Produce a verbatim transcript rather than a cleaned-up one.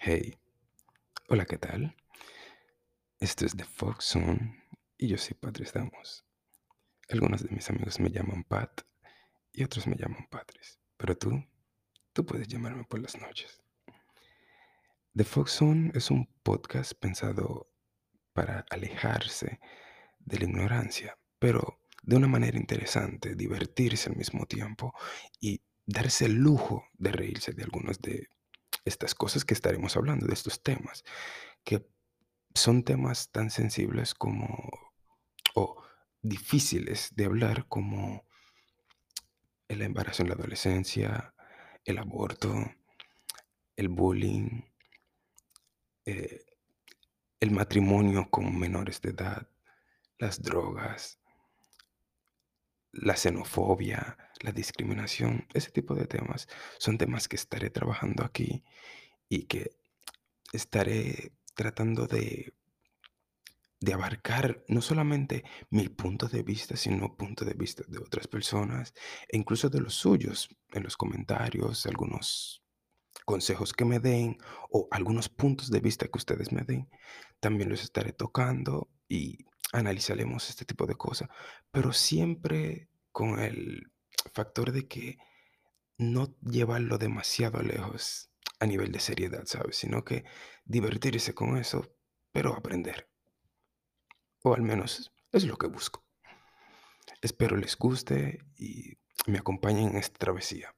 Hey, hola, ¿qué tal? Esto es The Fox Zone y yo soy Patrice Damos. Algunos de mis amigos me llaman Pat y otros me llaman Patrice. Pero tú, tú puedes llamarme por las noches. The Fox Zone es un podcast pensado para alejarse de la ignorancia, pero de una manera interesante, divertirse al mismo tiempo y darse el lujo de reírse de algunas de estas cosas que estaremos hablando, de estos temas, que son temas tan sensibles como o difíciles de hablar como el embarazo en la adolescencia, el aborto, el bullying, eh, el matrimonio con menores de edad, las drogas, la xenofobia, la discriminación. Ese tipo de temas son temas que estaré trabajando aquí y que estaré tratando de de abarcar no solamente mi punto de vista, sino punto de vista de otras personas e incluso de los suyos en los comentarios, algunos consejos que me den o algunos puntos de vista que ustedes me den. También los estaré tocando y analizaremos este tipo de cosas, pero siempre con el factor de que no llevarlo demasiado lejos a nivel de seriedad, ¿sabes? Sino que divertirse con eso, pero aprender. O al menos es lo que busco. Espero les guste y me acompañen en esta travesía.